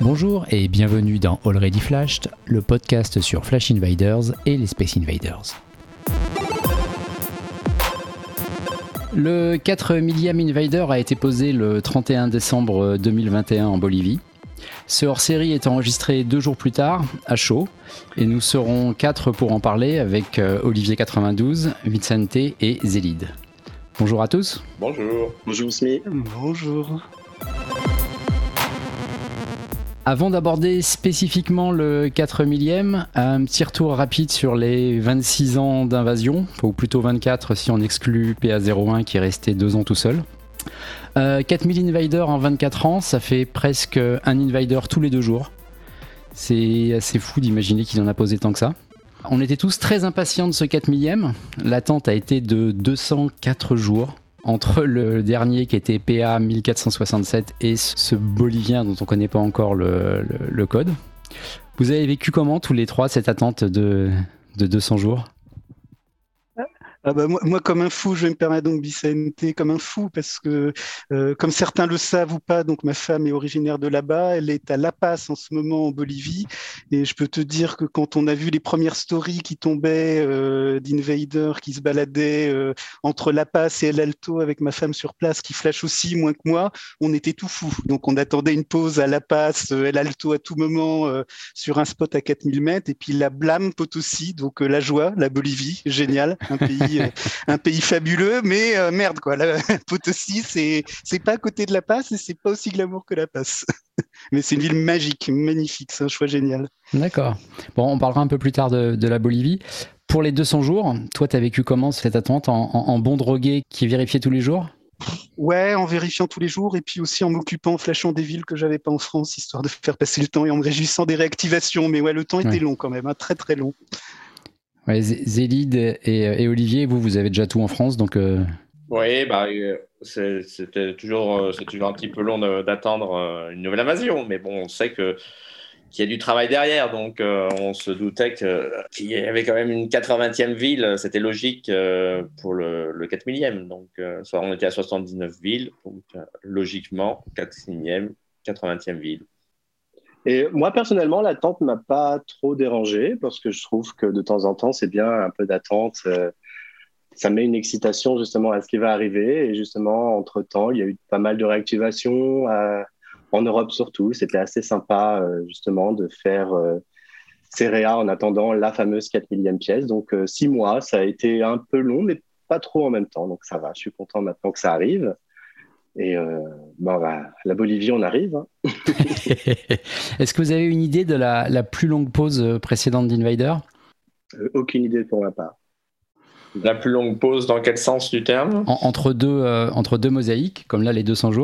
Bonjour et bienvenue dans Already Flashed, le podcast sur Flash Invaders et les Space Invaders. Le 4 millième Invader a été posé le 31 décembre 2021 en Bolivie. Ce hors-série est enregistré 2 jours plus tard, à chaud, et nous serons 4 pour en parler avec Olivier 92, Vicente et Zélide. Bonjour à tous. Bonjour. Bonjour Smith. Bonjour. Avant d'aborder spécifiquement le 4 millième, un petit retour rapide sur les 26 ans d'invasion, ou plutôt 24 si on exclut PA01 qui est resté 2 ans tout seul. 4000 invaders en 24 ans, ça fait presque un invader tous les 2 jours. C'est assez fou d'imaginer qu'il en a posé tant que ça. On était tous très impatients de ce 4 millième. L'attente a été de 204 jours. Entre le dernier qui était PA 1467 et ce bolivien dont on ne connaît pas encore le code. Vous avez vécu comment tous les trois cette attente de 200 jours ? Moi, comme un fou, je vais me permettre donc Vicente, comme un fou, parce que comme certains le savent ou pas, donc ma femme est originaire de là-bas, elle est à La Paz en ce moment en Bolivie, et je peux te dire que quand on a vu les premières stories qui tombaient d'Invader qui se baladaient entre La Paz et El Alto avec ma femme sur place, qui flash aussi moins que moi, on était tout fou. Donc on attendait une pause à La Paz, El Alto à tout moment sur un spot à 4000 mètres, et puis la blâme Potosí, donc la joie, la Bolivie, génial, un pays fabuleux, mais merde quoi. La Potosí, c'est pas à côté de La Paz et c'est pas aussi glamour que La Paz. Mais c'est une ville magique, magnifique, c'est un choix génial. D'accord. Bon, on parlera un peu plus tard de la Bolivie. Pour les 200 jours, toi, t'as vécu comment cette attente en bon drogué qui vérifiait tous les jours ? Ouais, en vérifiant tous les jours et puis aussi en m'occupant, en flashant des villes que j'avais pas en France, histoire de faire passer le temps et en me réjouissant des réactivations. Mais ouais, le temps était long quand même, très très long. Ouais, Zélide et Olivier, vous avez déjà tout en France, donc... Oui, c'était toujours, c'est toujours un petit peu long d'attendre une nouvelle invasion, mais bon, on sait qu'il y a du travail derrière, donc on se doutait qu'il y avait quand même une 80e ville, c'était logique pour le 4 millième, donc soit on était à 79 villes, donc logiquement 4 millième, 80e ville. Et moi, personnellement, l'attente ne m'a pas trop dérangé parce que je trouve que de temps en temps, c'est bien un peu d'attente. Ça met une excitation justement à ce qui va arriver. Et justement, entre-temps, il y a eu pas mal de réactivations en Europe surtout. C'était assez sympa justement de faire ces réas en attendant la fameuse 4 millième pièce. Donc, 6 mois, ça a été un peu long, mais pas trop en même temps. Donc, ça va. Je suis content maintenant que ça arrive. Et la Bolivie, on arrive. Hein. Est-ce que vous avez une idée de la plus longue pause précédente d'Invader ? Aucune idée pour ma part. La plus longue pause dans quel sens du terme ? Entre deux mosaïques, comme là les 200 jours ?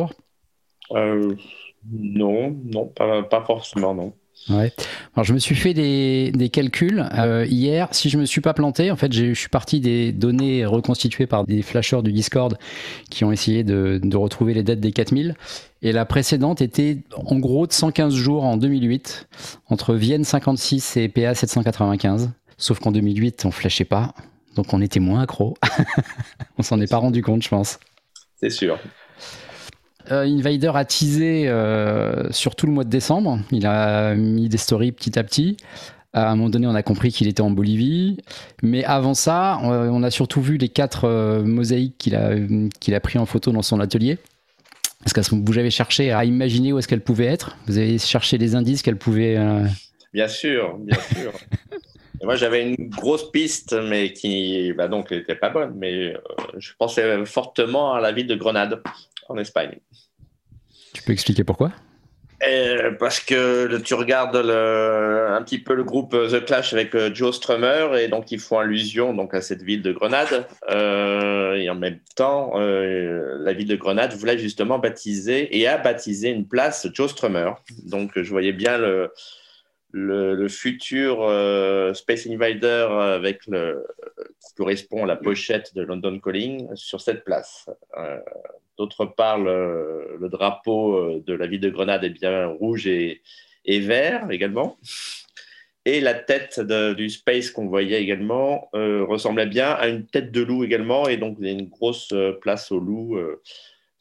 Non, pas forcément, non. Ouais. Alors je me suis fait des calculs hier. Si je me suis pas planté, en fait, je suis parti des données reconstituées par des flasheurs du Discord qui ont essayé de retrouver les dates des 4000. Et la précédente était en gros de 115 jours en 2008 entre Vienne 56 et PA 795. Sauf qu'en 2008, on flashait pas, donc on était moins accro. On s'en est pas rendu compte, je pense. C'est sûr. Invader a teasé sur tout le mois de décembre. Il a mis des stories petit à petit. À un moment donné, on a compris qu'il était en Bolivie. Mais avant ça, on a surtout vu les 4 mosaïques qu'il a pris en photo dans son atelier. Est-ce que vous avez cherché à imaginer où est-ce qu'elle pouvait être ? Vous avez cherché les indices qu'elle pouvait... Bien sûr. Et moi, j'avais une grosse piste, mais qui donc n'était pas bonne. Mais je pensais fortement à la ville de Grenade, en Espagne. Tu peux expliquer pourquoi ? Parce que tu regardes un petit peu le groupe The Clash avec Joe Strummer, et donc ils font allusion donc, à cette ville de Grenade. Et en même temps, la ville de Grenade voulait justement baptiser et a baptisé une place Joe Strummer. Donc je voyais bien le futur Space Invader avec qui correspond à la pochette de London Calling sur cette place. D'autre part, le drapeau de la ville de Grenade est bien rouge et vert également. Et la tête du Space qu'on voyait également ressemblait bien à une tête de loup également. Et donc, il y a une grosse place au loup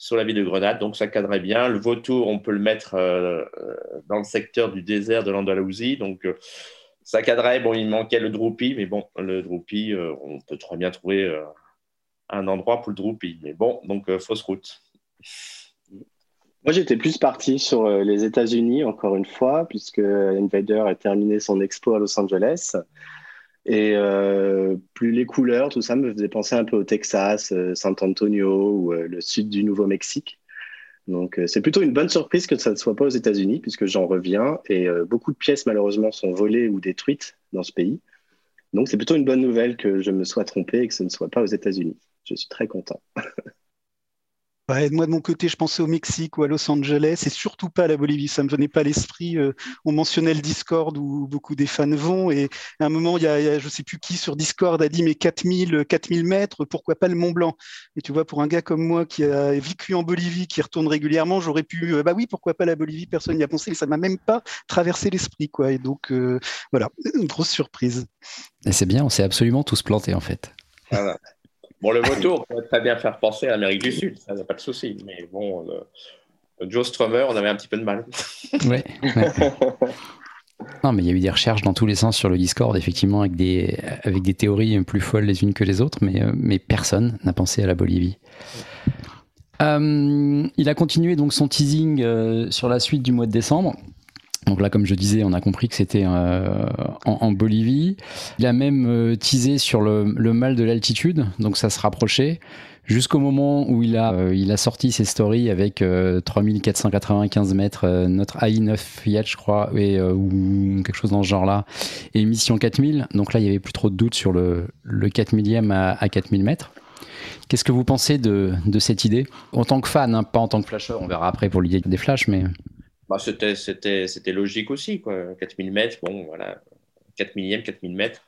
sur la ville de Grenade, donc ça cadrait bien. Le vautour, on peut le mettre dans le secteur du désert de l'Andalousie, donc ça cadrait. Bon, il manquait le Drupi, mais bon, le Drupi, on peut très bien trouver un endroit pour le Drupi, mais bon, donc fausse route. Moi, j'étais plus parti sur les États-Unis, encore une fois, puisque Invader a terminé son expo à Los Angeles. Et plus les couleurs, tout ça me faisait penser un peu au Texas, San Antonio ou le sud du Nouveau-Mexique. Donc, c'est plutôt une bonne surprise que ça ne soit pas aux États-Unis, puisque j'en reviens. Et beaucoup de pièces, malheureusement, sont volées ou détruites dans ce pays. Donc, c'est plutôt une bonne nouvelle que je me sois trompé et que ce ne soit pas aux États-Unis. Je suis très content. Ouais, moi, de mon côté, je pensais au Mexique ou à Los Angeles et surtout pas à la Bolivie. Ça me venait pas à l'esprit. On mentionnait le Discord où beaucoup des fans vont. Et à un moment, il y a je sais plus qui sur Discord a dit mais 4000 mètres, pourquoi pas le Mont Blanc? Et tu vois, pour un gars comme moi qui a vécu en Bolivie, qui retourne régulièrement, j'aurais pu, bah oui, pourquoi pas la Bolivie? Personne n'y a pensé. Et ça m'a même pas traversé l'esprit, quoi. Et donc, voilà, une grosse surprise. Et c'est bien, on s'est absolument tous plantés, en fait. Voilà. Bon, le vautour pourrait très bien faire penser à l'Amérique du Sud, ça n'a pas de souci. Mais bon, le Joe Strummer, on avait un petit peu de mal. Ouais. Non, mais il y a eu des recherches dans tous les sens sur le Discord, effectivement, avec des théories plus folles les unes que les autres, mais personne n'a pensé à la Bolivie. Il a continué donc son teasing sur la suite du mois de décembre. Donc là, comme je disais, on a compris que c'était en Bolivie. Il a même teasé sur le mal de l'altitude, donc ça se rapprochait, jusqu'au moment où il a sorti ses stories avec 3495 mètres, notre AI9 Fiat, je crois, ou quelque chose dans ce genre-là, et mission 4000. Donc là, il n'y avait plus trop de doute sur le 4 millième à 4000 mètres. Qu'est-ce que vous pensez de cette idée? En tant que fan, hein, pas en tant que flasheur, on verra après pour l'idée des flashs, mais... Bah, c'était logique aussi, quoi. 4000 mètres, bon, voilà, 4 millième, 4000 mètres.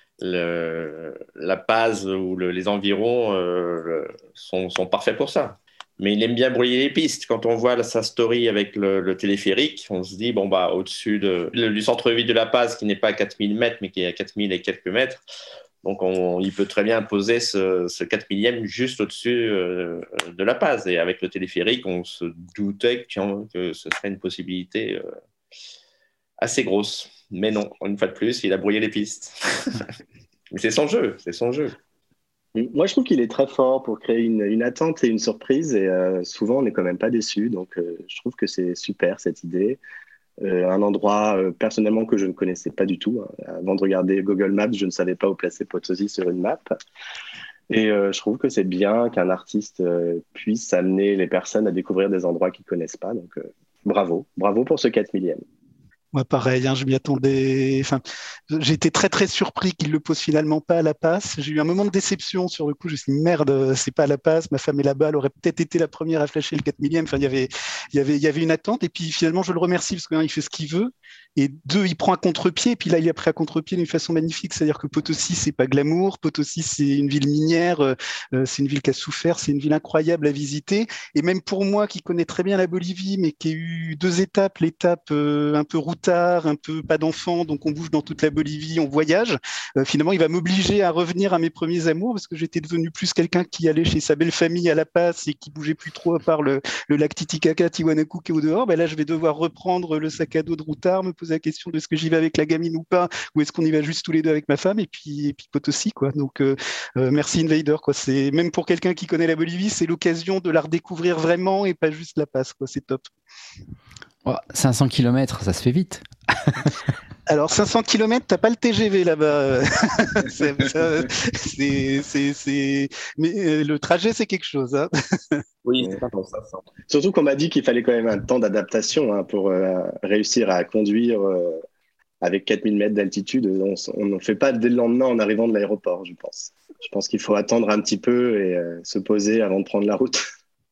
La base ou les environs sont parfaits pour ça. Mais il aime bien brouiller les pistes. Quand on voit sa story avec le téléphérique, on se dit, bon, bah, au-dessus du centre-ville de La Paz, qui n'est pas à 4000 mètres, mais qui est à 4000 et quelques mètres, donc il peut très bien poser ce 4 millième juste au-dessus de La Paz. Et avec le téléphérique, on se doutait que ce serait une possibilité assez grosse. Mais non, une fois de plus, il a brouillé les pistes. Mais c'est son jeu. Moi, je trouve qu'il est très fort pour créer une attente et une surprise. Et souvent, on n'est quand même pas déçu. Donc, je trouve que c'est super, cette idée. Un endroit personnellement que je ne connaissais pas du tout. Avant de regarder Google Maps, je ne savais pas où placer Potosi sur une map. Et je trouve que c'est bien qu'un artiste puisse amener les personnes à découvrir des endroits qu'ils ne connaissent pas. Donc bravo pour ce 4 millième. Moi, pareil, hein, je m'y attendais. Enfin, j'ai été très très surpris qu'il le pose finalement pas à La Paz. J'ai eu un moment de déception sur le coup. Je me suis dit merde, c'est pas à La Paz. Ma femme est là-bas, elle aurait peut-être été la première à flasher le 4 millième. Enfin, il y avait une attente. Et puis finalement, je le remercie parce qu'il fait ce qu'il veut. Et deux, il prend un contre-pied. Et puis là, il a pris un contre-pied d'une façon magnifique. C'est-à-dire que Potosi, c'est pas glamour. Potosi, c'est une ville minière. C'est une ville qui a souffert. C'est une ville incroyable à visiter. Et même pour moi, qui connais très bien la Bolivie, mais qui a eu deux étapes, l'étape un peu routard, un peu pas d'enfant, donc on bouge dans toute la Bolivie, on voyage. Finalement, il va m'obliger à revenir à mes premiers amours parce que j'étais devenu plus quelqu'un qui allait chez sa belle famille à La Paz et qui bougeait plus trop à part le lac Titicaca, Tiwanaku qui est au dehors. Ben là, je vais devoir reprendre le sac à dos de routard, me poser la question de est-ce que j'y vais avec la gamine ou pas, ou est-ce qu'on y va juste tous les deux avec ma femme et puis Potosi, quoi. Donc, merci Invader, quoi. C'est même pour quelqu'un qui connaît la Bolivie, c'est l'occasion de la redécouvrir vraiment et pas juste La Paz, quoi. C'est top. Oh, 500 km, ça se fait vite. Alors, 500 km, t'as pas le TGV là-bas. Mais le trajet, c'est quelque chose. Hein. Oui, c'est pas pour ça. Surtout qu'on m'a dit qu'il fallait quand même un temps d'adaptation pour réussir à conduire avec 4000 mètres d'altitude. On ne fait pas dès le lendemain en arrivant de l'aéroport, je pense. Je pense qu'il faut attendre un petit peu et se poser avant de prendre la route.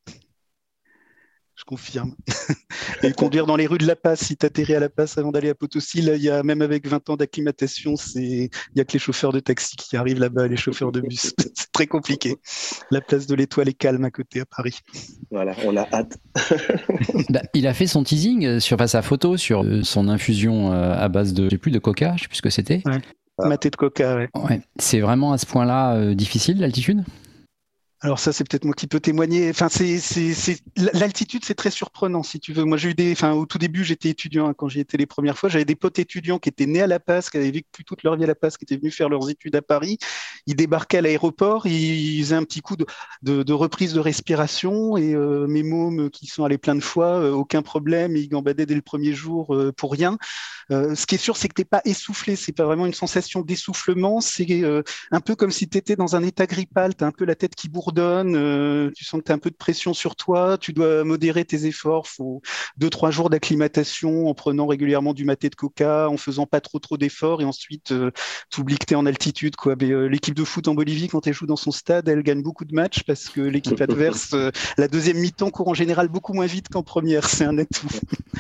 Je confirme. Et conduire dans les rues de La Paz, si tu atterris à La Paz avant d'aller à Potosi, là, il y a, même avec 20 ans d'acclimatation, il n'y a que les chauffeurs de taxi qui arrivent là-bas, les chauffeurs de bus. C'est très compliqué. La place de l'Étoile est calme à côté, à Paris. Voilà, on a hâte. Il a fait son teasing sur sa photo, sur son infusion à base de, je sais plus, de coca, je sais plus ce que c'était. Ouais. Maté de coca, ouais. Ouais. C'est vraiment à ce point-là difficile, l'altitude ? Alors ça, c'est peut-être moi qui peux témoigner. Enfin, l'altitude, c'est très surprenant, si tu veux. Moi, au tout début, j'étais étudiant, hein, quand j'y étais les premières fois. J'avais des potes étudiants qui étaient nés à La Paz, qui avaient vécu toute leur vie à La Paz, qui étaient venus faire leurs études à Paris. Ils débarquaient à l'aéroport, ils faisaient un petit coup de reprise de respiration et mes mômes qui sont allés plein de fois, aucun problème, ils gambadaient dès le premier jour pour rien. Ce qui est sûr, c'est que t'es pas essoufflé. C'est pas vraiment une sensation d'essoufflement. C'est un peu comme si tu étais dans un état grippal. Tu as un peu la tête qui bourdonne. Tu sens que tu as un peu de pression sur toi. Tu dois modérer tes efforts. Faut 2-3 jours d'acclimatation en prenant régulièrement du maté de coca, en faisant pas trop d'efforts. Et ensuite, tu oublies que tu es en altitude, quoi. Mais, l'équipe de foot en Bolivie, quand elle joue dans son stade, elle gagne beaucoup de matchs parce que l'équipe adverse, la deuxième mi-temps court en général beaucoup moins vite qu'en première. C'est un atout.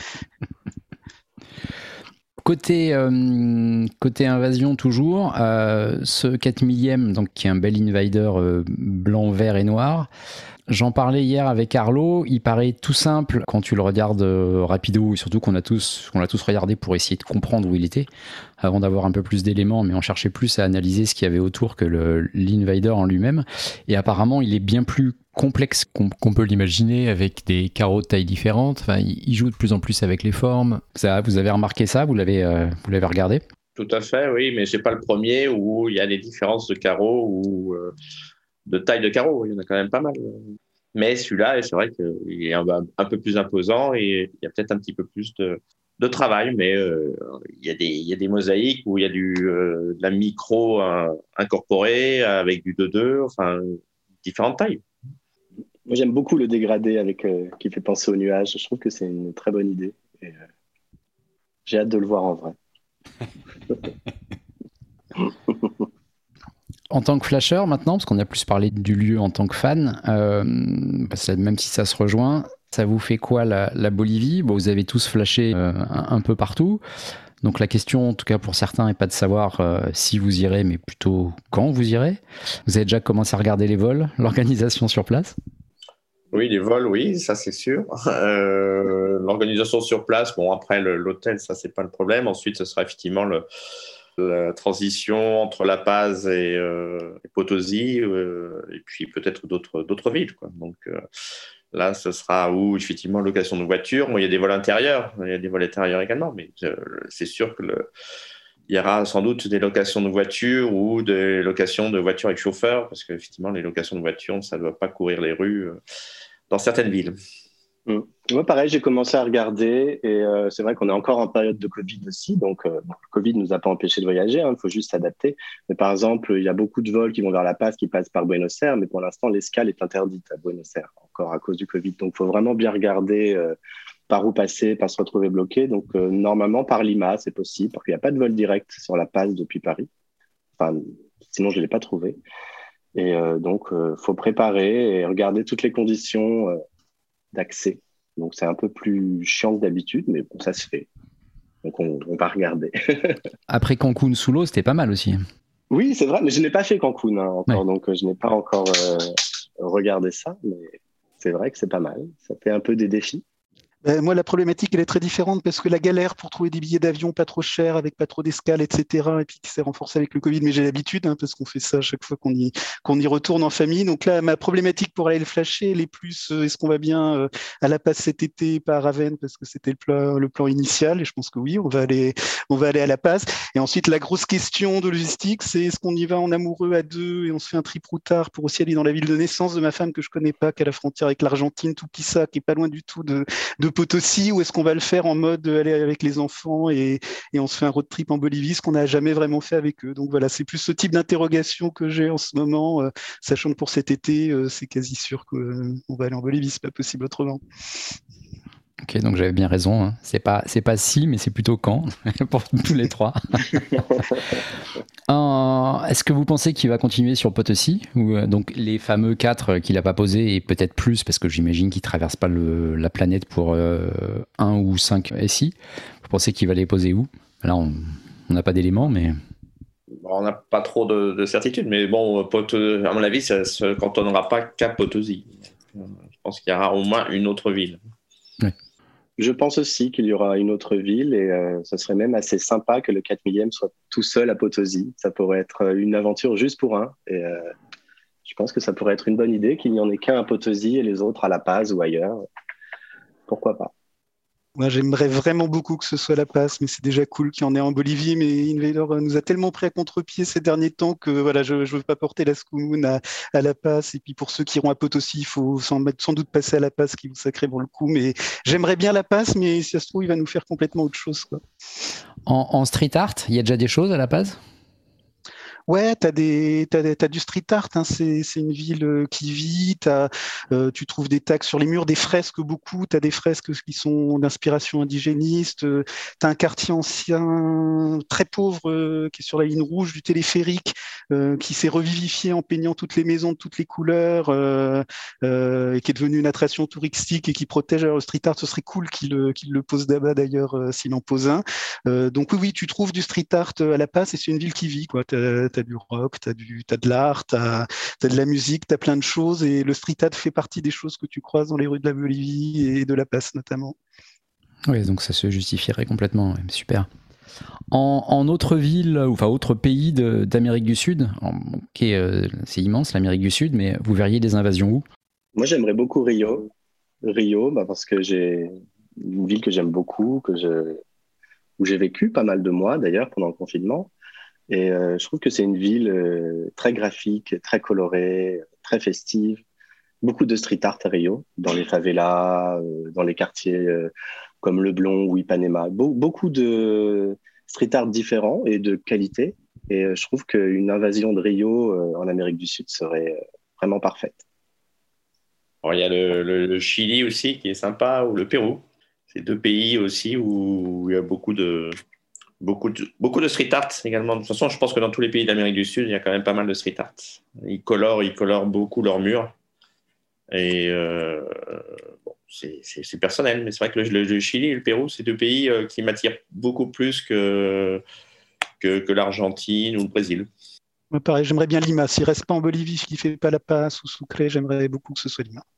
Côté invasion toujours, ce 4 millième, donc qui est un bel invader blanc, vert et noir. J'en parlais hier avec Arlo, il paraît tout simple quand tu le regardes rapido, et surtout qu'on l'a tous regardé pour essayer de comprendre où il était, avant d'avoir un peu plus d'éléments, mais on cherchait plus à analyser ce qu'il y avait autour que l'invader en lui-même. Et apparemment, il est bien plus complexe qu'on peut l'imaginer, avec des carreaux de taille différentes. Enfin, il joue de plus en plus avec les formes. Ça, vous avez remarqué ça? Vous l'avez regardé? Tout à fait, oui, mais c'est pas le premier où il y a des différences de carreaux ou de taille de carreaux. Il y en a quand même pas mal. Mais celui-là, c'est vrai qu'il est un peu plus imposant et il y a peut-être un petit peu plus de travail, mais il y a des mosaïques où il y a de la micro incorporée avec du 2-2, enfin, différentes tailles. Moi, j'aime beaucoup le dégradé qui fait penser aux nuages. Je trouve que c'est une très bonne idée. Et, j'ai hâte de le voir en vrai. En tant que flasher maintenant, parce qu'on a plus parlé du lieu en tant que fan, même si ça se rejoint, ça vous fait quoi la Bolivie? Bon, vous avez tous flashé un peu partout. Donc la question, en tout cas pour certains, n'est pas de savoir si vous irez, mais plutôt quand vous irez. Vous avez déjà commencé à regarder les vols, l'organisation sur place? Oui, les vols, oui, ça c'est sûr. L'organisation sur place, bon, après l'hôtel, ça c'est pas le problème. Ensuite, ce sera effectivement la transition entre La Paz et Potosí, et puis peut-être d'autres villes, quoi. Donc là, ce sera où effectivement location de voiture. Bon, il y a des vols intérieurs, il y a des vols intérieurs également, mais c'est sûr que il y aura sans doute des locations de voitures ou des locations de voitures avec chauffeur, parce qu'effectivement, les locations de voitures, ça ne doit pas courir les rues dans certaines villes. Moi, pareil, j'ai commencé à regarder et c'est vrai qu'on est encore en période de Covid aussi, donc le Covid ne nous a pas empêché de voyager, il faut juste s'adapter. Mais par exemple, il y a beaucoup de vols qui vont vers La Paz, qui passent par Buenos Aires, mais pour l'instant, l'escale est interdite à Buenos Aires, encore à cause du Covid. Donc, il faut vraiment bien regarder par où passer, pas se retrouver bloqué. Donc, normalement, par Lima, c'est possible, parce qu'il n'y a pas de vol direct sur La Paz depuis Paris. Enfin, sinon, je ne l'ai pas trouvé. Et donc, faut préparer et regarder toutes les conditions d'accès. Donc, c'est un peu plus chiant que d'habitude, mais bon, ça se fait. Donc, on va regarder. Après Cancun sous l'eau, c'était pas mal aussi. Oui, c'est vrai, mais je n'ai pas fait Cancun encore, donc je n'ai pas encore regardé ça, mais c'est vrai que c'est pas mal. Ça fait un peu des défis. Moi, la problématique, elle est très différente parce que la galère pour trouver des billets d'avion pas trop chers, avec pas trop d'escale, etc., et puis qui s'est renforcée avec le Covid, mais j'ai l'habitude, parce qu'on fait ça à chaque fois qu'on y retourne en famille. Donc là, ma problématique pour aller le flasher, elle est plus, est-ce qu'on va bien à La Paz cet été, pas à Ravenne, parce que c'était le plan initial, et je pense que oui, on va aller à La Paz. Et ensuite, la grosse question de logistique, c'est est-ce qu'on y va en amoureux à deux et on se fait un trip routard pour aussi aller dans la ville de naissance de ma femme que je connais pas, qui est à la frontière avec l'Argentine, Tupiza, qui est pas loin du tout de Potosí, ou est-ce qu'on va le faire en mode aller avec les enfants et on se fait un road trip en Bolivie, ce qu'on n'a jamais vraiment fait avec eux. Donc voilà, c'est plus ce type d'interrogation que j'ai en ce moment, sachant que pour cet été, c'est quasi sûr qu'on va aller en Bolivie, c'est pas possible autrement. Ok, donc j'avais bien raison, hein. C'est pas si, mais c'est plutôt quand, pour tous les trois. Est-ce que vous pensez qu'il va continuer sur Potosí, ou donc les fameux 4 qu'il n'a pas posés, et peut-être plus, parce que j'imagine qu'il ne traverse pas la planète pour 1 ou 5 SI. Vous pensez qu'il va les poser où? Là, on n'a pas d'éléments, mais... On n'a pas trop de certitude, mais bon, à mon avis, ça ne se cantonnera pas qu'à Potosí. Je pense qu'il y aura au moins une autre ville. Ouais. Je pense aussi qu'il y aura une autre ville et ce serait même assez sympa que le 4 millième soit tout seul à Potosí. Ça pourrait être une aventure juste pour un. Et Je pense que ça pourrait être une bonne idée qu'il n'y en ait qu'un à Potosi et les autres à La Paz ou ailleurs. Pourquoi pas? Moi, j'aimerais vraiment beaucoup que ce soit La Paz, mais c'est déjà cool qu'il y en ait en Bolivie. Mais Invader nous a tellement pris à contre-pied ces derniers temps que voilà, je ne veux pas porter la Scoumoun à La Paz. Et puis pour ceux qui iront à Potosi, il faut sans doute passer à La Paz, qui vous sacrément le coup. Mais j'aimerais bien La Paz, mais si ça se trouve, il va nous faire complètement autre chose, quoi. En street art, il y a déjà des choses à La Paz? Ouais, t'as du street art, hein. C'est une ville qui vit. Tu trouves des tags sur les murs, des fresques beaucoup. T'as des fresques qui sont d'inspiration indigéniste. T'as un quartier ancien très pauvre qui est sur la ligne rouge du téléphérique, qui s'est revivifié en peignant toutes les maisons de toutes les couleurs, et qui est devenu une attraction touristique et qui protège. Alors, le street art, ce serait cool qu'il le pose là-bas d'ailleurs, s'il en pose un. Donc oui, tu trouves du street art à La Paz et c'est une ville qui vit, quoi. T'as du rock, t'as de l'art, t'as de la musique, t'as plein de choses et le street art fait partie des choses que tu croises dans les rues de la Bolivie et de La Paz notamment. Oui, donc ça se justifierait complètement, ouais, super. En autre ville, enfin autre pays d'Amérique du Sud, c'est immense l'Amérique du Sud, mais vous verriez des invasions où? Moi, j'aimerais beaucoup Rio. Rio, parce que j'ai une ville que j'aime beaucoup, où j'ai vécu pas mal de mois d'ailleurs pendant le confinement. Et je trouve que c'est une ville très graphique, très colorée, très festive. Beaucoup de street art à Rio, dans les favelas, dans les quartiers comme Leblon ou Ipanema. Beaucoup de street art différents et de qualité. Et je trouve qu'une invasion de Rio en Amérique du Sud serait vraiment parfaite. Alors, il y a le Chili aussi qui est sympa, ou le Pérou. C'est deux pays aussi où il y a beaucoup de street art également. De toute façon, je pense que dans tous les pays d'Amérique du Sud, il y a quand même pas mal de street art. Ils colorent beaucoup leurs murs. Et bon, c'est personnel, mais c'est vrai que le Chili et le Pérou, c'est deux pays qui m'attirent beaucoup plus que l'Argentine ou le Brésil. Moi, pareil, j'aimerais bien Lima. S'il reste pas en Bolivie, s'il ne fait pas La Paz ou Sucre, j'aimerais beaucoup que ce soit Lima.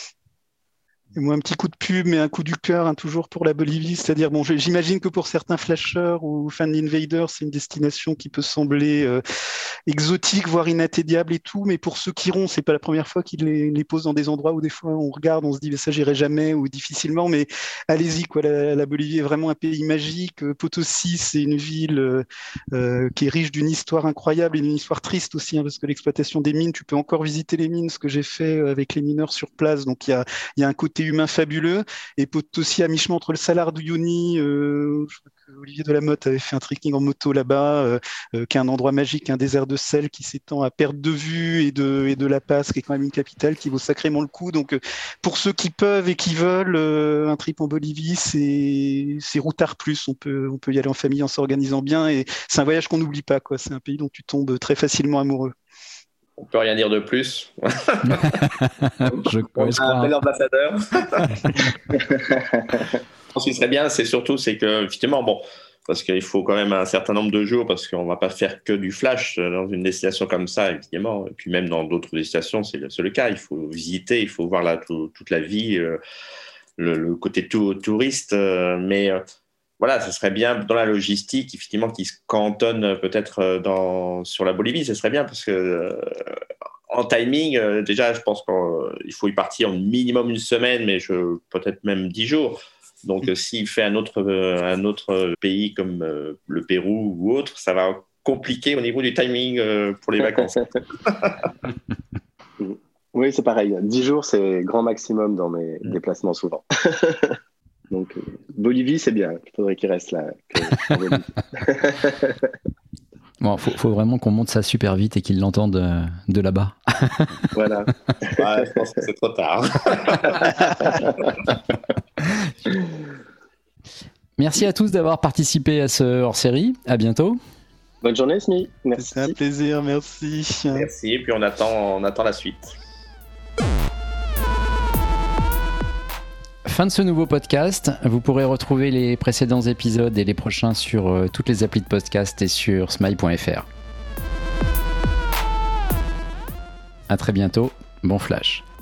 Et moi, un petit coup de pub, mais un coup du cœur, hein, toujours pour la Bolivie. C'est-à-dire, bon, j'imagine que pour certains flasheurs ou fans d'Invader, c'est une destination qui peut sembler exotique, voire inatteignable et tout. Mais pour ceux qui iront, c'est pas la première fois qu'ils les posent dans des endroits où des fois on regarde, on se dit, mais ça, j'irai jamais ou difficilement. Mais allez-y, quoi. La Bolivie est vraiment un pays magique. Potosi, c'est une ville qui est riche d'une histoire incroyable et d'une histoire triste aussi, hein, parce que l'exploitation des mines, tu peux encore visiter les mines, ce que j'ai fait avec les mineurs sur place. Donc, il y a un côté humain fabuleux, et Potosi à mi-chemin entre le Salar d'Uyuni, je crois que Olivier Delamotte avait fait un trekking en moto là-bas, qui est un endroit magique, un désert de sel qui s'étend à perte de vue, et de La Paz, qui est quand même une capitale qui vaut sacrément le coup. Donc pour ceux qui peuvent et qui veulent, un trip en Bolivie, c'est Routard plus, on peut y aller en famille en s'organisant bien, et c'est un voyage qu'on n'oublie pas, quoi. C'est un pays dont tu tombes très facilement amoureux. On peut rien dire de plus. On a un bel ambassadeur. Ce qui serait bien, c'est que effectivement, bon, parce qu'il faut quand même un certain nombre de jours, parce qu'on ne va pas faire que du flash dans une destination comme ça, évidemment. Et puis même dans d'autres destinations, c'est le cas. Il faut visiter, il faut voir toute la vie, le côté touriste, mais voilà, ce serait bien dans la logistique, effectivement, qui se cantonne peut-être sur la Bolivie. Ce serait bien parce que en timing, déjà, je pense qu'il faut y partir en minimum une semaine, mais peut-être même 10 jours. Donc, s'il fait un autre pays comme le Pérou ou autre, ça va compliquer au niveau du timing pour les vacances. Oui, c'est pareil. 10 jours, c'est grand maximum dans mes déplacements souvent. Donc, Bolivie, c'est bien. Il faudrait qu'il reste là. Bon, faut vraiment qu'on monte ça super vite et qu'ils l'entendent de là-bas. Voilà. Ouais, je pense que c'est trop tard. Merci à tous d'avoir participé à ce hors-série. À bientôt. Bonne journée, Smi. Merci. C'est un plaisir, merci. Merci, et puis on attend la suite. Fin de ce nouveau podcast. Vous pourrez retrouver les précédents épisodes et les prochains sur toutes les applis de podcast et sur smile.fr. À très bientôt. Bon flash.